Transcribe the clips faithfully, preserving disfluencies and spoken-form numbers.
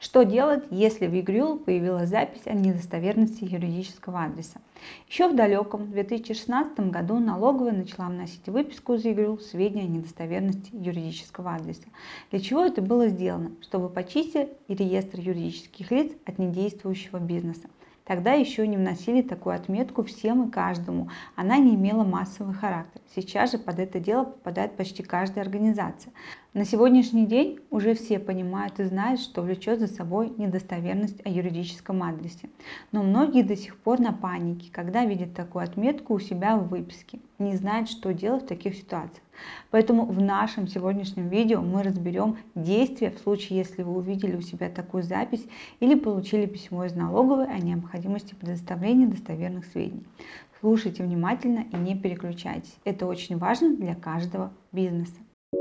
Что делать, если в ЕГРЮЛ появилась запись о недостоверности юридического адреса? Еще в далеком две тысячи шестнадцатом году налоговая начала вносить в выписку из ЕГРЮЛ сведения о недостоверности юридического адреса. Для чего это было сделано? Чтобы почистить реестр юридических лиц от недействующего бизнеса. Тогда еще не вносили такую отметку всем и каждому, она не имела массовый характер. Сейчас же под это дело попадает почти каждая организация. На сегодняшний день уже все понимают и знают, что влечет за собой недостоверность о юридическом адресе. Но многие до сих пор на панике, когда видят такую отметку у себя в выписке, не знают, что делать в таких ситуациях. Поэтому в нашем сегодняшнем видео мы разберем действия в случае, если вы увидели у себя такую запись или получили письмо из налоговой о необходимости предоставления достоверных сведений. Слушайте внимательно и не переключайтесь. Это очень важно для каждого бизнеса.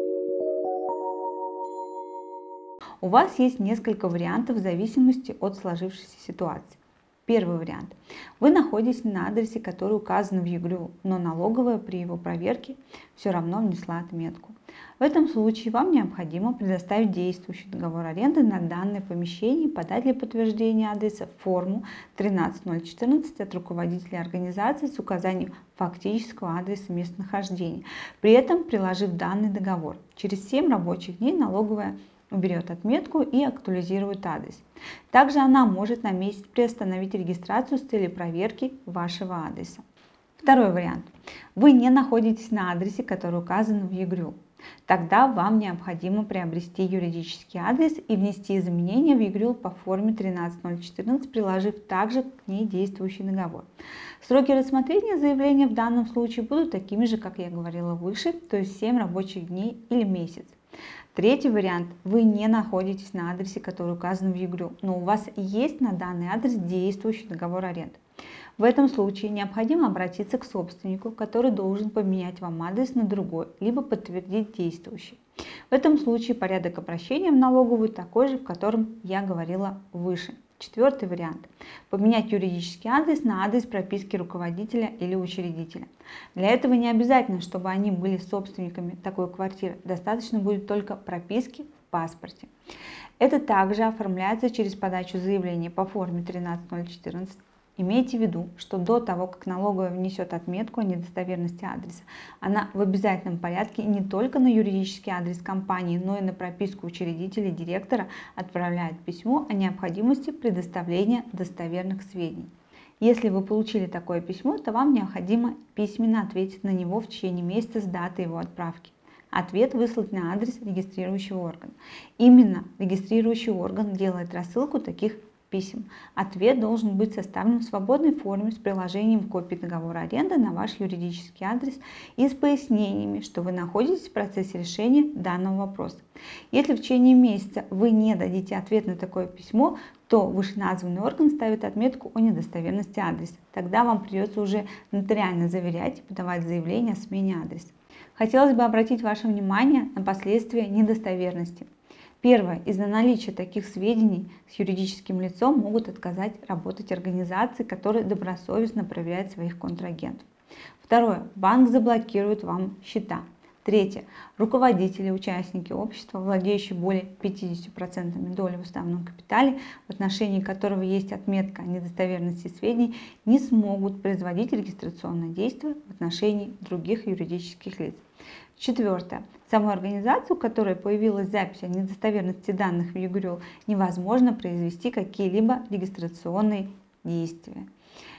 У вас есть несколько вариантов в зависимости от сложившейся ситуации. Первый вариант. Вы находитесь на адресе, который указан в ЕГРЮЛ, но налоговая при его проверке все равно внесла отметку. В этом случае вам необходимо предоставить действующий договор аренды на данное помещение, подать для подтверждения адреса форму тринадцать ноль четырнадцать от руководителя организации с указанием фактического адреса местонахождения, при этом приложив данный договор. Через семь рабочих дней налоговая уберет отметку и актуализирует адрес. Также она может на месяц приостановить регистрацию с целью проверки вашего адреса. Второй вариант. Вы не находитесь на адресе, который указан в ЕГРЮЛ. Тогда вам необходимо приобрести юридический адрес и внести изменения в ЕГРЮЛ по форме тринадцать ноль четырнадцать, приложив также к ней действующий договор. Сроки рассмотрения заявления в данном случае будут такими же, как я говорила выше, то есть семь рабочих дней или месяц. Третий вариант. Вы не находитесь на адресе, который указан в ЕГРЮЛ, но у вас есть на данный адрес действующий договор аренды. В этом случае необходимо обратиться к собственнику, который должен поменять вам адрес на другой, либо подтвердить действующий. В этом случае порядок обращения в налоговую такой же, в котором я говорила выше. Четвертый вариант. Поменять юридический адрес на адрес прописки руководителя или учредителя. Для этого не обязательно, чтобы они были собственниками такой квартиры. Достаточно будет только прописки в паспорте. Это также оформляется через подачу заявления по форме тринадцать ноль четырнадцать. Имейте в виду, что до того, как налоговая внесет отметку о недостоверности адреса, она в обязательном порядке не только на юридический адрес компании, но и на прописку учредителя и директора отправляет письмо о необходимости предоставления достоверных сведений. Если вы получили такое письмо, то вам необходимо письменно ответить на него в течение месяца с даты его отправки. Ответ выслать на адрес регистрирующего органа. Именно регистрирующий орган делает рассылку таких писем. Ответ должен быть составлен в свободной форме с приложением копии договора аренды на ваш юридический адрес и с пояснениями, что вы находитесь в процессе решения данного вопроса. Если в течение месяца вы не дадите ответ на такое письмо, то вышеназванный орган ставит отметку о недостоверности адреса. Тогда вам придется уже нотариально заверять и подавать заявление о смене адреса. Хотелось бы обратить ваше внимание на последствия недостоверности. Первое. Из-за наличия таких сведений с юридическим лицом могут отказать работать организации, которые добросовестно проверяют своих контрагентов. Второе. Банк заблокирует вам счета. Третье. Руководители, участники общества, владеющие более пятидесятью процентами доли в уставном капитале, в отношении которого есть отметка о недостоверности сведений, не смогут производить регистрационные действия в отношении других юридических лиц. Четвертое. Саму организацию, у которой появилась запись о недостоверности данных в ЕГРЮЛ, невозможно произвести какие-либо регистрационные действия.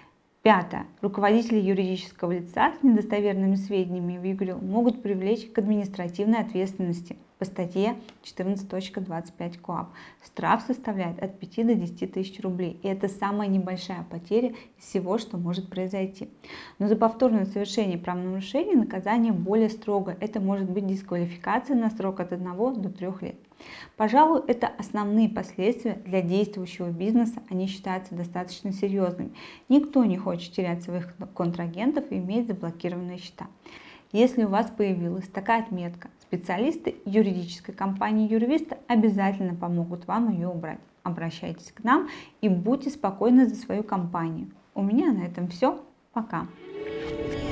Пятое. Руководители юридического лица с недостоверными сведениями в ЕГРЮЛ могут привлечь к административной ответственности по статье четырнадцать точка двадцать пять КоАП. Штраф составляет от пяти до десяти тысяч рублей. И это самая небольшая потеря из всего, что может произойти. Но за повторное совершение правонарушения наказание более строгое. Это может быть дисквалификация на срок от одного до трех лет. Пожалуй, это основные последствия для действующего бизнеса, они считаются достаточно серьезными. Никто не хочет терять своих контрагентов и иметь заблокированные счета. Если у вас появилась такая отметка, специалисты юридической компании Юрвиста обязательно помогут вам ее убрать. Обращайтесь к нам и будьте спокойны за свою компанию. У меня на этом все. Пока.